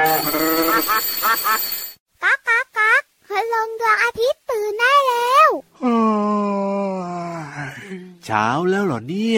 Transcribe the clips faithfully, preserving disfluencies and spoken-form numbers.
ก๊ากก๊ากก๊ากคืนลงดวงอาทิตย์ตื่นได้แล้วเช้าแล้วเหรอเนี่ย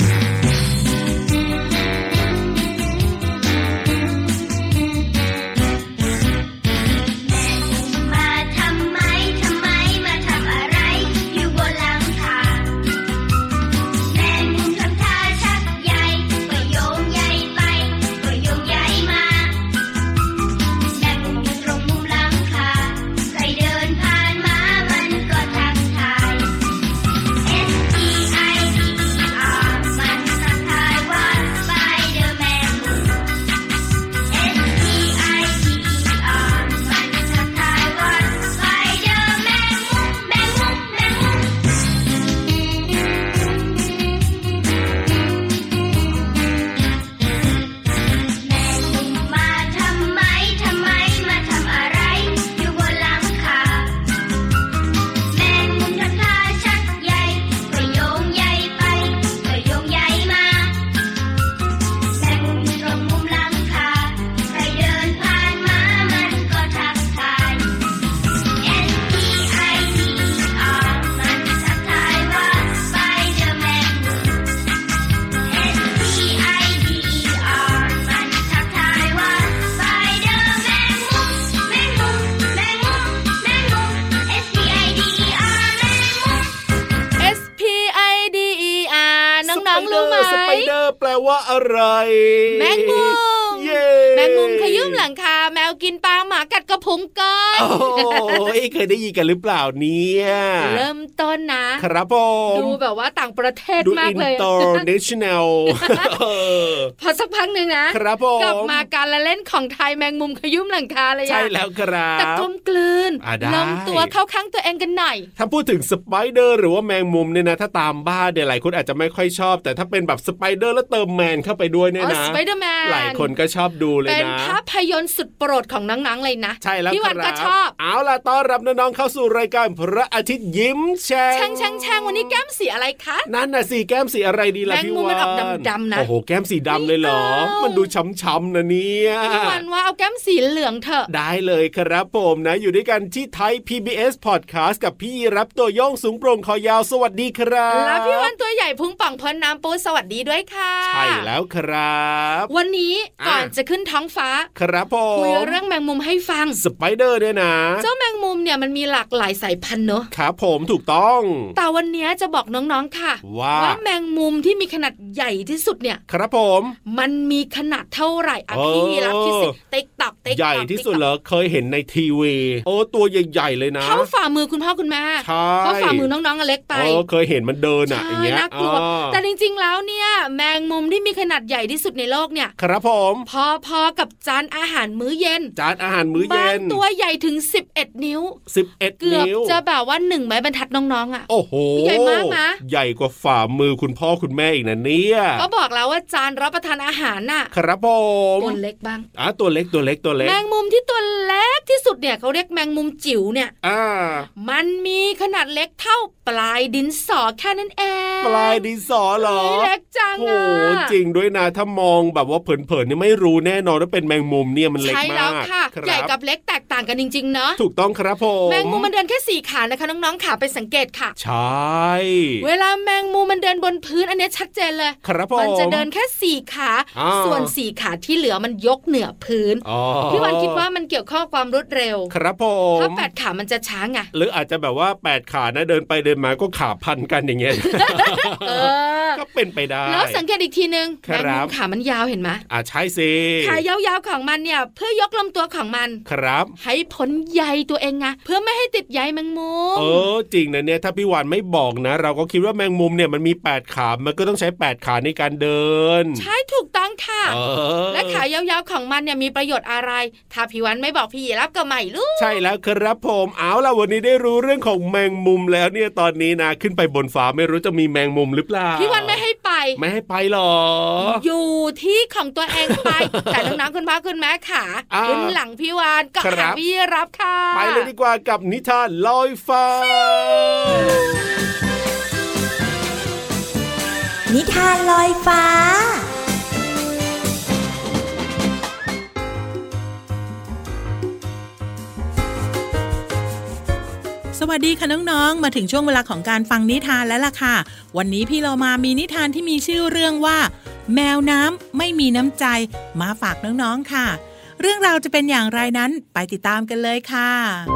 ว่าอะไรแมงมุมแมงมุมขยุ่มหลังคาแมวกินปลาหมากัดกระพุ้งก้อนโอ้ยเคยได้ยินกันหรือเปล่าเนี่ยเริ่มต้นนะครับผมดูแบบว่าต่างประเทศมากเลยดู international พอสักพักนึงนะครับผมกลับมาการละเล่นของไทยแมงมุมขยุ่มหลังคาเลยใช่แล้วครับแต่กลมกลืนลงตัวเข้าข้างตัวเองกันหน่อยถ้าพูดถึงสไปเดอร์หรือว่าแมงมุมเนี่ยนะถ้าตามบ้านเดี๋ยวหลายคนอาจจะไม่ค่อยชอบแต่ถ้าเป็นแบบสไปเดอร์แล้วเติมแมนเข้าไปด้วยเนี่ยนะ Spider-Man หลายคนก็ชอบดูเลยนะเป็นภาพยนตร์สุดโปรดของนังๆเลยนะใช่แล้วพี่วันก็ชอบเอาล่ะต้อนรับน้องๆเข้าสู่รายการพระอาทิตย์ยิ้มแฉ่งแฉ่งแฉ่งแฉ่งวันนี้แก้มสีอะไรคะนั่นน่ะสีแก้มสีอะไรดีล่ะพี่วันแมงมุมมันออกดำๆนะโอ้โหแก้มสีดำเลยเหรอมันดูช้ำๆนะเนี่ยพี่วันว่าเอาแก้มสีเหลืองเถอะได้เลยครับผมนะอยู่ด้วยกันที่ไทย พี บี เอส Podcast กับพี่รับตัวโยงสูงโปร่งคอยาวสวัสดีครับแล้วพี่วันตัวใหญ่พุงป่องพ้นน้ำปูสวัสดีด้วยค่ะใช่แล้วครับวันนี้ก่อนจะขึ้นท้องฟ้าครับผมคุยเรื่องแมงมุมให้ฟังสไปเดอร์เนี่ยนะเจ้าแมงมุมเนี่ยมันมีหลากหลายสายพันธุ์เนอะครับผมถูกต้องแต่วันนี้จะบอกน้องๆค่ะว่าว่าแมงมุมที่มีขนาดใหญ่ที่สุดเนี่ยครับผมมันมีขนาดเท่าไหร่อ่ะพี่รับที่สิติ๊กตอกติ๊กตอกใหญ่ที่สุดเหรอเคยเห็นในทีวีโอ้ตัวใหญ่ๆเลยนะเท่าฝ่ามือคุณพ่อคุณแม่เท่าฝ่ามือน้องๆอเล็กไปโอ้เคยเห็นมันเดินอ่ะอย่างเงี้ยน่ากลัวแต่จริงๆแล้วเนี่ยแมงมุมที่มีขนาดใหญ่ที่สุดในโลกเนี่ยครับผมพอๆกับจานอาหารมื้อเย็นจานอาหารมื้อเย็นบางตัวใหญ่ถึงสิบเอ็ดนิ้วสิบเอ็ดนิ้วเกือบจะแบบว่าหนึ่งไม้บรรทัดน้องๆอ่ะโอ้โหใหญ่มากนะใหญ่กว่าฝ่ามือคุณพ่อคุณแม่อีกนะเนี่ยก็บอกแล้วว่าจานรับประทานอาหารน่ะครับผมตัวเล็กบ้างอ่ะตัวเล็กตัวเล็กตัวเล็กแมงมุมที่ตัวเล็กที่สุดเนี่ยเขาเรียกแมงมุมจิ๋วเนี่ยอ่ามันมีขนาดเล็กเท่าปลายดินสอแค่นั้นเองปลายดินสอเหรอเล็กจังอ่ะโอ้จริงด้วยนะถ้ามองแบบว่าเผินๆนี่ไม่รู้แน่นอนว่าเป็นแมงมุมเนี่ยมันเล็กมากใช่แล้วค่ะใหญ่กับเล็กแตกต่างกันจริงๆเนาะถูกต้องครับผมแมงมุมมันเดินแค่สี่ขานะคะน้องๆขาไปสังเกตค่ะใช่เวลาแมงมุมมันเดินบนพื้นอันนี้ชัดเจนเลยครับผมมันจะเดินแค่สี่ขาส่วนสี่ขาที่เหลือมันยกเหนือพื้นพี่วันคิดว่ามันเกี่ยวข้องความรวดเร็วครับผมถ้าแปดขามันจะช้าไงหรืออาจจะแบบว่าแปดขานะเดินไปเดินมาก็ขาพันกันอย่างเงี้ยก็เป็นไปได้แล้วสังเกตอีกทีนึงแมงมุมขามันยาวเห็นไหมอ่าใช่สิขายาวๆของมันเนี่ยเพื่อยกลำตัวของมันครับให้พ้นใยตัวเองไงเพื่อไม่ให้ติดใยแมงมุมเออจริงนะเนี่ยถ้าพี่วานไม่บอกนะเราก็คิดว่าแมงมุมเนี่ยมันมีแปดขามันก็ต้องใช้แปดขาในการเดินใช่ถูกต้องค่ะและขายาวๆของมันเนี่ยมีประโยชน์อะไรถ้าพี่วานไม่บอกพี่รับก็ไม่รู้ใช่แล้วครับผมเอาล่ะวันนี้ได้รู้เรื่องของแมงมุมแล้วเนี่ยตอนนี้นะขึ้นไปบนฟ้าไม่รู้จะมีแมงมุมหรือเปล่าพี่วันไม่ให้ไปไม่ให้ไปหรออยู่ที่ของตัวเองไปแต่น้องๆคุณพ่อคุณแม่ขาขึ้นหลังพี่วานก็หาพี่รับค่ะไปเลยดีกว่ากับนิทานลอยฟ้านิทานลอยฟ้าสวัสดีค่ะน้องๆมาถึงช่วงเวลาของการฟังนิทานแล้วล่ะค่ะวันนี้พี่เรามามีนิทานที่มีชื่อเรื่องว่าแมวน้ำไม่มีน้ำใจมาฝากน้องๆค่ะเรื่องราวจะเป็นอย่างไรนั้นไปติดตามกันเลยค่ะ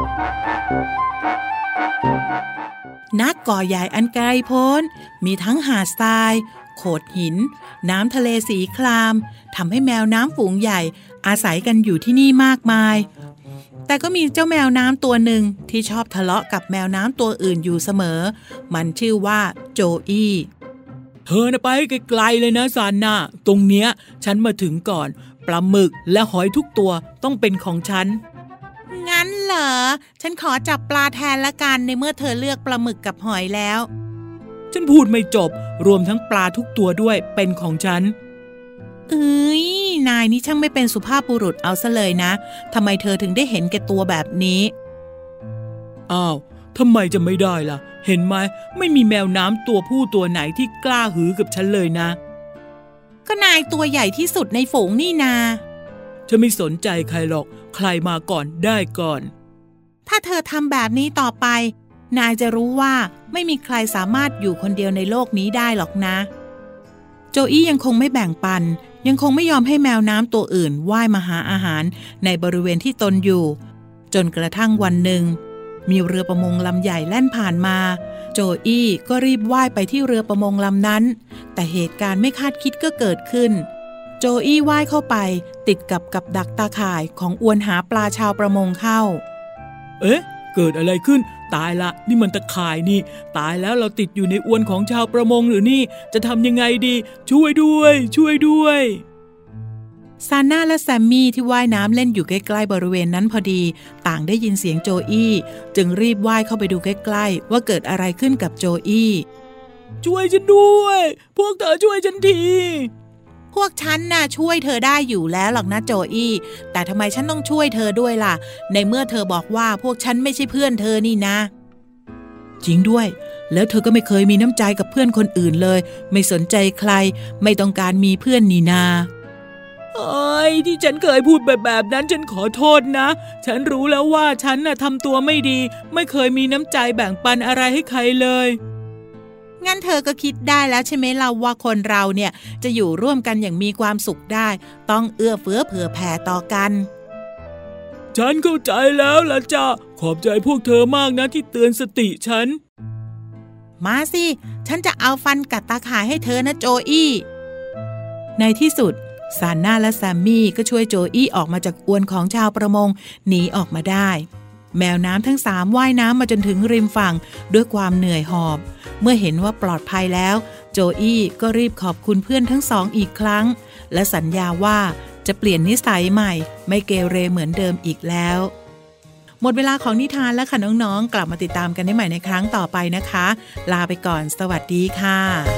ณ ก่อใหญ่อันไกลโพ้นมีทั้งหาดทรายโขดหินน้ำทะเลสีครามทำให้แมวน้ำฝูงใหญ่อาศัยกันอยู่ที่นี่มากมายแต่ก็มีเจ้าแมวน้ำตัวหนึ่งที่ชอบทะเลาะกับแมวน้ำตัวอื่นอยู่เสมอมันชื่อว่าโจอี้เธอน่ะไปไกลๆเลยนะซานน่าตรงเนี้ยฉันมาถึงก่อนปลาหมึกและหอยทุกตัวต้องเป็นของฉันงั้นเหรอฉันขอจับปลาแทนละกันในเมื่อเธอเลือกปลาหมึกกับหอยแล้วฉันพูดไม่จบรวมทั้งปลาทุกตัวด้วยเป็นของฉันเอ้ยนายนี่ช่างไม่เป็นสุภาพบุรุษเอาซะเลยนะทำไมเธอถึงได้เห็นแก่ตัวแบบนี้อ้าวทำไมจะไม่ได้ล่ะเห็นไหมไม่มีแมวน้ำตัวผู้ตัวไหนที่กล้าหือกับฉันเลยนะก็นายตัวใหญ่ที่สุดในฝูงนี่นาฉันไม่สนใจใครหรอกใครมาก่อนได้ก่อนถ้าเธอทำแบบนี้ต่อไปนายจะรู้ว่าไม่มีใครสามารถอยู่คนเดียวในโลกนี้ได้หรอกนะโจอี้ยังคงไม่แบ่งปันยังคงไม่ยอมให้แมวน้ำตัวอื่นว่ายมาหาอาหารในบริเวณที่ตนอยู่จนกระทั่งวันหนึ่งมีเรือประมงลำใหญ่แล่นผ่านมาโจอี้ก็รีบว่ายไปที่เรือประมงลำนั้นแต่เหตุการณ์ไม่คาดคิดก็เกิดขึ้นโจอี้ว่ายเข้าไปติดกับกับดักตาข่ายของอวนหาปลาชาวประมงเข้าเอ๊ะเกิดอะไรขึ้นตายละนี่มันตะข่ายนี่ตายแล้วเราติดอยู่ในอวนของชาวประมงหรือนี่จะทำยังไงดีช่วยด้วยช่วยด้วยซาน่าและแซมมี่ที่ว่ายน้ำเล่นอยู่ใกล้ๆบริเวณนั้นพอดีต่างได้ยินเสียงโจอี้จึงรีบว่ายเข้าไปดูใกล้ๆว่าเกิดอะไรขึ้นกับโจอี้ช่วยฉันด้วยพวกเธอช่วยฉันทีพวกฉันน่ะช่วยเธอได้อยู่แล้วหรอกนะโจอี้แต่ทำไมฉันต้องช่วยเธอด้วยล่ะในเมื่อเธอบอกว่าพวกฉันไม่ใช่เพื่อนเธอนี่นะจริงด้วยแล้วเธอก็ไม่เคยมีน้ำใจกับเพื่อนคนอื่นเลยไม่สนใจใครไม่ต้องการมีเพื่อนนี่นาเอ้ยที่ฉันเคยพูดแบบแบบนั้นฉันขอโทษนะฉันรู้แล้วว่าฉันน่ะทำตัวไม่ดีไม่เคยมีน้ำใจแบ่งปันอะไรให้ใครเลยงั้นเธอก็คิดได้แล้วใช่ไหมเราว่าคนเราเนี่ยจะอยู่ร่วมกันอย่างมีความสุขได้ต้องเอื้อเฟื้อเผื่อแผ่ต่อกันฉันเข้าใจแล้วล่ะจ้ะขอบใจพวกเธอมากนะที่เตือนสติฉันมาสิฉันจะเอาฟันกัดตาข่ายให้เธอนะโจอี้ในที่สุดซาน่าและแซมมี่ก็ช่วยโจอี้ออกมาจากอวนของชาวประมงหนีออกมาได้แมวน้ำทั้งสามว่ายน้ำมาจนถึงริมฝั่งด้วยความเหนื่อยหอบเมื่อเห็นว่าปลอดภัยแล้วโจอี้ก็รีบขอบคุณเพื่อนทั้งสองอีกครั้งและสัญญาว่าจะเปลี่ยนนิสัยใหม่ไม่เกเรเหมือนเดิมอีกแล้วหมดเวลาของนิทานแล้วค่ะน้องๆกลับมาติดตามกันได้ใหม่ในครั้งต่อไปนะคะลาไปก่อนสวัสดีค่ะ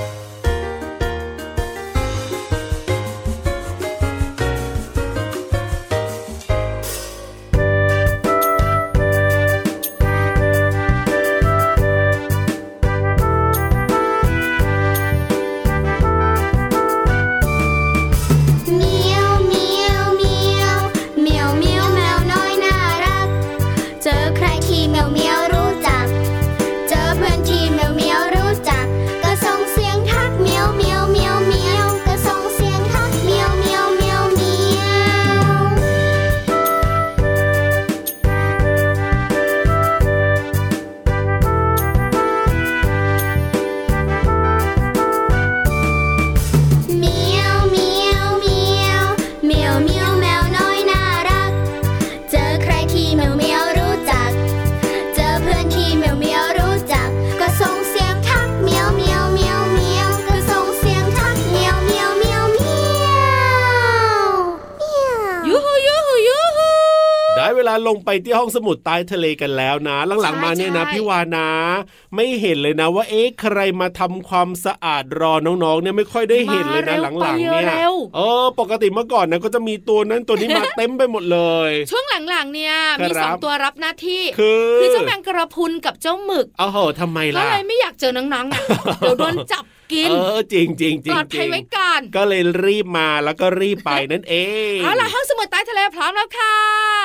ลงไปที่ห้องสมุดใต้ทะเลกันแล้วนะหลังๆมาเนี่ยนะพี่วานะไม่เห็นเลยนะว่าเอ๊ะใครมาทำความสะอาดรอน้องๆเนี่ยไม่ค่อยได้เห็นเลยนะหลังๆเนี่ยเออปกติเมื่อก่อนนะก็จะมีตัวนั้นตัวนี้มาเต็มไปหมดเลยช่วงหลังๆเนี่ยมีสองตัวรับหน้าที่คือคือเจ้าแมงกระพุนกับเจ้าหมึกอ้าวทำไมล่ะก็เลยไม่อยากเจอน้องๆอ่ะเดี๋ยวโดนจับกินเออจริงจริงจริงปลอดภัยไว้ก่อนก็เลยรีบมาแล้วก็รีบไปนั่นเองเอาล่ะห้องสมุดใต้ทะเลพร้อมแล้วค่ะ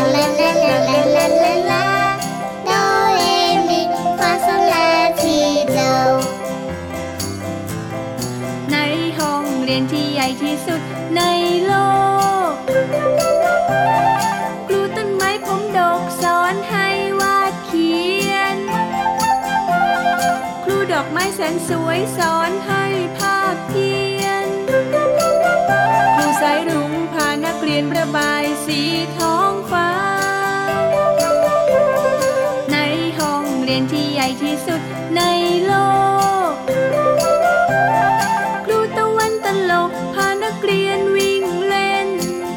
ลาลาลาลาลาลาลาโดเรมีฟาโซลาทีโดในห้องเรียนที่ใหญ่ที่สุดในโลกครูต้นไม้ผมดกสอนให้วาดเขียนครูดอกไม้แสนสวยสอนให้ภาพเพียนครูสายรุ้งพานักเรียนระบายสีท้องฟ้าในห้องเรียนที่ใหญ่ที่สุดในโลกครูตะวันตลกพานักเรียนวิ่งเล่น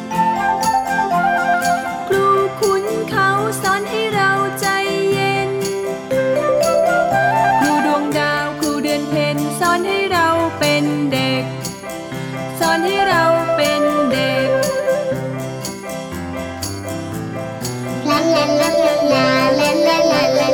ครูขุนเขาสอนให้เราใจเย็นครูดวงดาวครูเดือนเพ็ญสอนให้เราเป็นเด็กสอนให้เราเป็นเด็กลาลาลาลาลาลาลาลา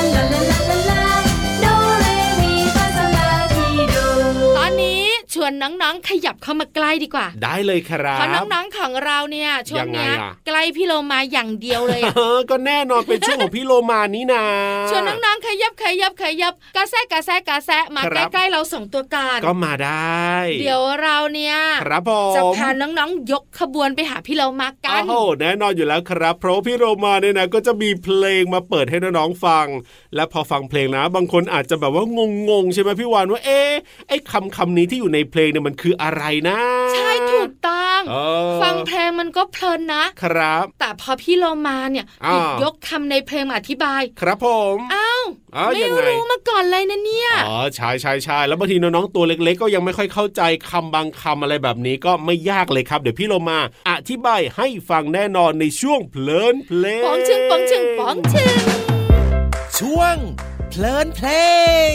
ลาลาลาลาลาโดเรมีฟาโซลาทีโดตอนนี้ชวนน้องๆขยับเข้ามาใกล้ดีกว่าได้เลยครับเพราะน้องๆของเราเนี่ยช่วงนี้ใกล้พี่โลมาอย่างเดียวเลยก็แน่นอนเป็นช่วงของพี่โลมานี่นาชวนน้องๆขยับขยับขยับกระแซะกระแซะกระแซะมาใกล้ๆเราส่งตัวกันก็มาได้เดี๋ยวเราเนี่ยครับผมจะพาน้องๆยกขบวนไปหาพี่โลมากันโอ้โหแน่นอนอยู่แล้วครับเพราะพี่โลมาเนี่ยนะก็จะมีเพลงมาเปิดให้น้องๆฟังและพอฟังเพลงนะบางคนอาจจะแบบว่างงๆใช่ไหมพี่วานว่าเอ๊ะไอ้คำคำนี้ที่อยู่ในเพลงเนี่ยมันคืออะไรนะใช่ถูกต้องฟังเพลงมันก็เพลินนะครับแต่พอพี่โลมาเนี่ยหยิบยกคำในเพลงมาอธิบายครับผมอ้าวไม่รู้มาก่อนเลยนะเนี่ยอ๋อใช่ใช่ใช่แล้วบางทีน้องๆตัวเล็กๆก็ยังไม่ค่อยเข้าใจคำบางคำอะไรแบบนี้ก็ไม่ยากเลยครับเดี๋ยวพี่โลมาอธิบายให้ฟังแน่นอนในช่วงเพลินเพลงป๋องชึงป๋องชึงป๋องชึงช่วงเพลินเพลง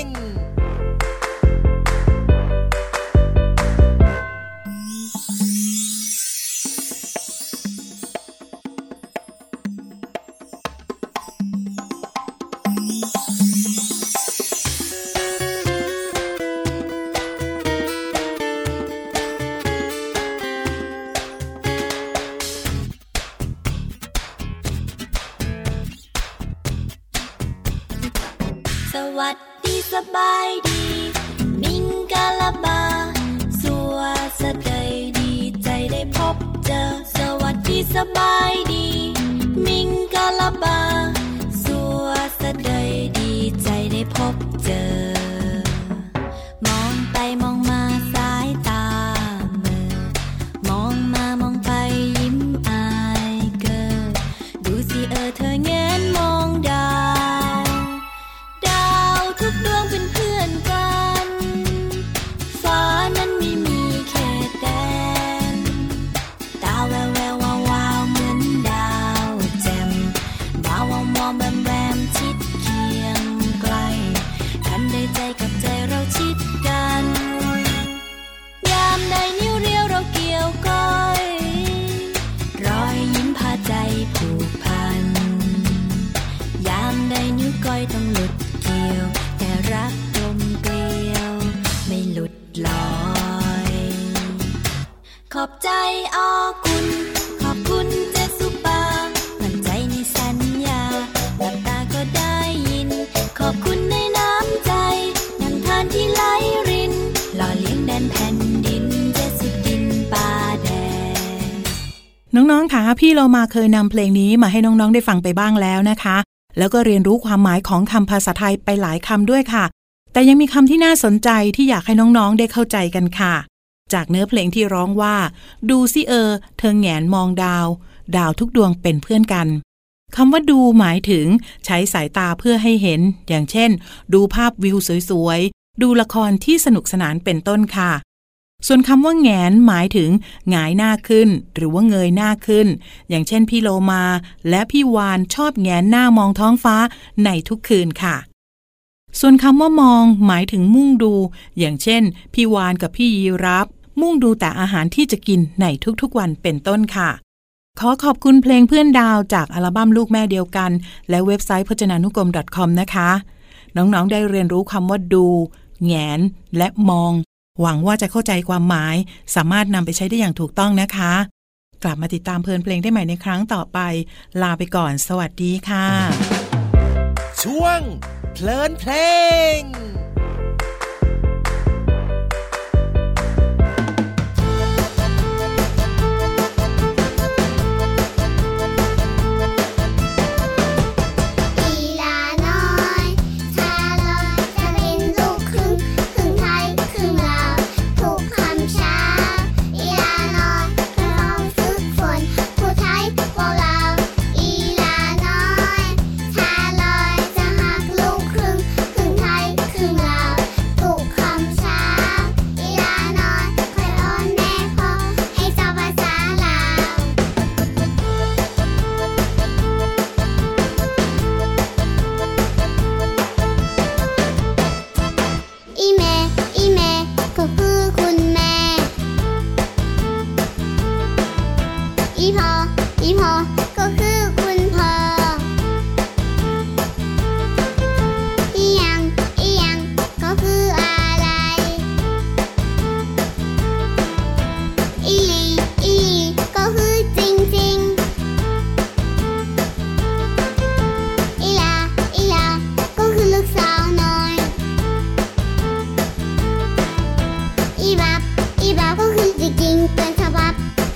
สวัสดีสบายดีมิงกะลาบาสัวสะใดดีใจได้พบเจอสวัสดีสบายดีมิงกะลาบาสัวสะใดดีใจได้พบเจอมองไปมองมาสายตาเมื่อมองมามองไปยิ้มอายเกิดดูสิเออเธอแงนมองดาวทุกดวงเป็นเพื่อนกันฟ้านั้นไม่มีเขตแดนตาแววแวววาววาวเหมือนดาวแจ่มมาวาวมองแวมแวมชิดเคียงไกลกันได้ใจกับใจเราชิดกันยามใดนิ้วเรียวเราเกี่ยวก้อยรอยยิ้มพาใจผูกพันยามใดนิ้วก้อยต้องหลุดเกี่ยวแต่รักกลมเกลียวไม่หลุดลอยขอบใจออคุณขอบคุณเจสุปามั่นใจในสัญญาหลับตาก็ได้ยินขอบคุณในน้ำใจน้ำทานที่ไหลรินหล่อเลี้ยงแดนแผ่นดินเจสุดินป่าแดงน้องๆคะพี่โลมาเคยนำเพลงนี้มาให้น้องๆได้ฟังไปบ้างแล้วนะคะแล้วก็เรียนรู้ความหมายของคำภาษาไทยไปหลายคำด้วยค่ะแต่ยังมีคำที่น่าสนใจที่อยากให้น้องๆได้เข้าใจกันค่ะจากเนื้อเพลงที่ร้องว่าดูสิเออเธอแงนมองดาวดาวทุกดวงเป็นเพื่อนกันคำว่าดูหมายถึงใช้สายตาเพื่อให้เห็นอย่างเช่นดูภาพวิวสวยๆดูละครที่สนุกสนานเป็นต้นค่ะส่วนคำว่าแงนหมายถึงหงายหน้าขึ้นหรือว่าเงยหน้าขึ้นอย่างเช่นพี่โลมาและพี่วานชอบแงนหน้ามองท้องฟ้าในทุกคืนค่ะส่วนคำว่ามองหมายถึงมุ่งดูอย่างเช่นพี่วานกับพี่ยีรับมุ่งดูแต่อาหารที่จะกินในทุกๆวันเป็นต้นค่ะขอขอบคุณเพลงเพื่อนดาวจากอัลบั้มลูกแม่เดียวกันและเว็บไซต์พจนานุกรม .com นะคะน้องๆได้เรียนรู้คำว่าดูแงนและมองหวังว่าจะเข้าใจความหมายสามารถนำไปใช้ได้อย่างถูกต้องนะคะกลับมาติดตามเพลินเพลงได้ใหม่ในครั้งต่อไปลาไปก่อนสวัสดีค่ะช่วงเพลินเพลงอีพออีพอก็คือคุณพ่ออีหยังอีหยังก็คืออะไรอีหลีอีหลีก็คือจริงจริงอีลาอีลาก็คือลูกสาวน้อยอีบับอีบับก็คือจริงจริงเกินฉบับ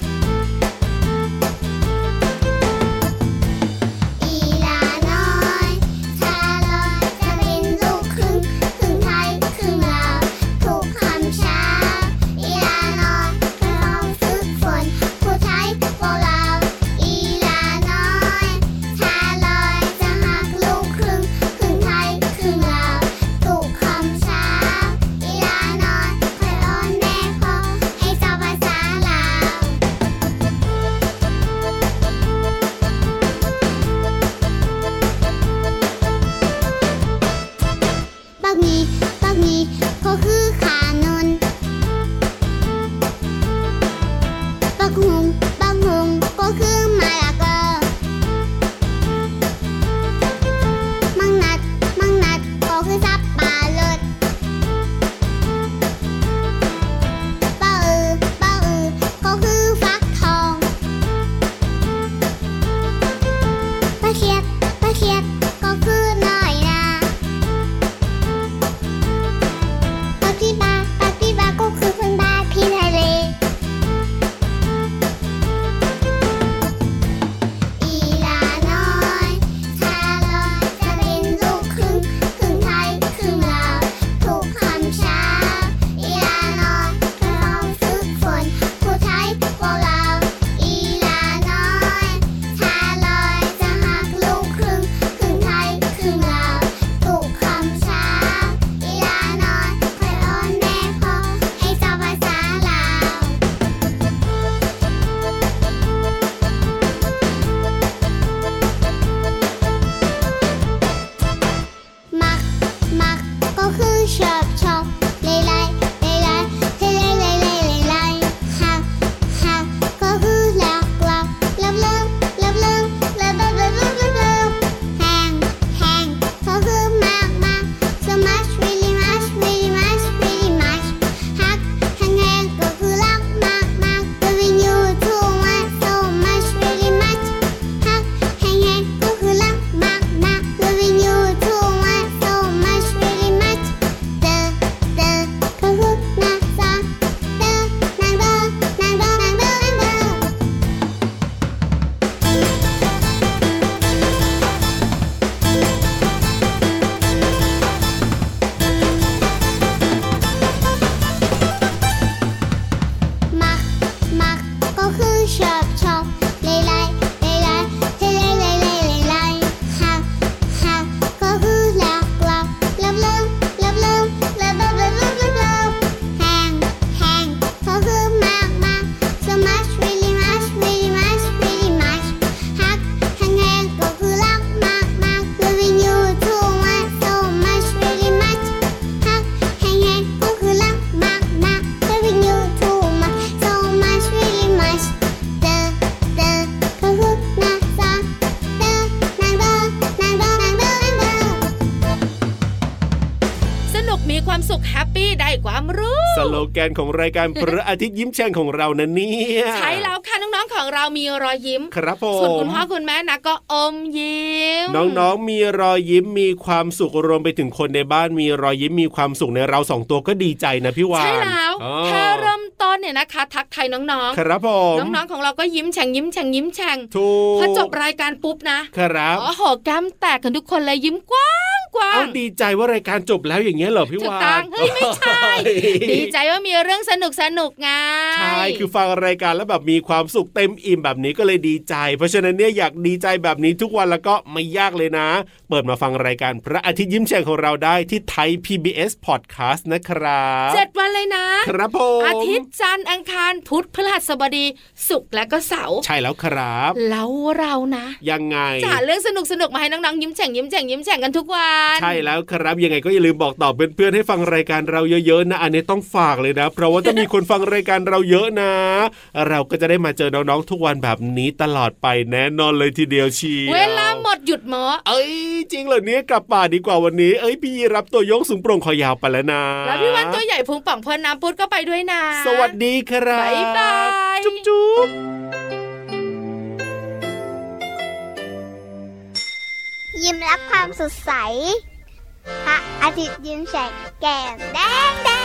สโลแกนของรายการพระอาทิตย์ยิ้มแฉ่งของเรานะเนี่ยใช่แล้วค่ะน้องๆของเรามีรอยยิ้มครับผมส่วนคุณพ่อคุณแม่นะก็อมยิ้มน้องๆมีรอยยิ้มมีความสุขรวมไปถึงคนในบ้านมีรอยยิ้มมีความสุขในเราสองตัวก็ดีใจนะพี่วานใช่แล้วแค่เริ่มต้นเนี่ยนะคะทักทายน้องๆครับผมน้องๆของเราก็ยิ้มแฉ่งยิ้มแฉ่งยิ้มแฉ่งพอจบรายการปุ๊บนะครับโอ้โหแก้มแตกกันทุกคนเลยยิ้มกว้างกว้างเอาดีใจว่ารายการจบแล้วอย่างเงี้ยเหรอพี่วานเฮ้ยไม่ใช่ดีใจว่ามีเรื่องสนุกสนุกไงใช่คือฟังรายการแล้วแบบมีความสุขเต็มอิ่มแบบนี้ก็เลยดีใจเพราะฉะนั้นเนี่ยอยากดีใจแบบนี้ทุกวันแล้วก็ไม่ยากเลยนะเปิดมาฟังรายการพระอาทิตย์ยิ้มแฉ่งของเราได้ที่ไทย พี บี เอส Podcast นะครับเจ็ดวันเลยนะครับผมอาทิตย์จันทร์อังคารพุธพฤหัสบดีศุกร์และก็เสาร์ใช่แล้วครับแล้วเรานะยังไงจะเรื่องสนุกสนุกมาให้น้องๆยิ้มแฉ่งยิ้มแฉ่งยิ้มแฉ่งกันทุกวันใช่แล้วครับยังไงก็อย่าลืมบอกต่อเพื่อนๆให้ฟังรายการเราเยอะๆนะอันนี้ต้องฝากเลยนะเพราะว่าถ้ามีคนฟังรายการเราเยอะนะเราก็จะได้มาเจอน้องๆทุกวันแบบนี้ตลอดไปแน่นอนเลยทีเดียวชีเวลาหมดหยุดหมอเอ้ยจริงเหรอเนี่ยกลับป่าดีกว่าวันนี้เอ้ยพี่รับตัวโยงสูงโปร่งคอยาวไปแล้วนะแล้วพี่วันตัวใหญ่พุงป่องเพิ่นน้ำพุดก็ไปด้วยนะสวัสดีครับบ๊ายบายจุ๊บจุ๊บยิ้มรับความสดใสพระอาทิตย์ยิ้มแฉกแก้มแดงแดง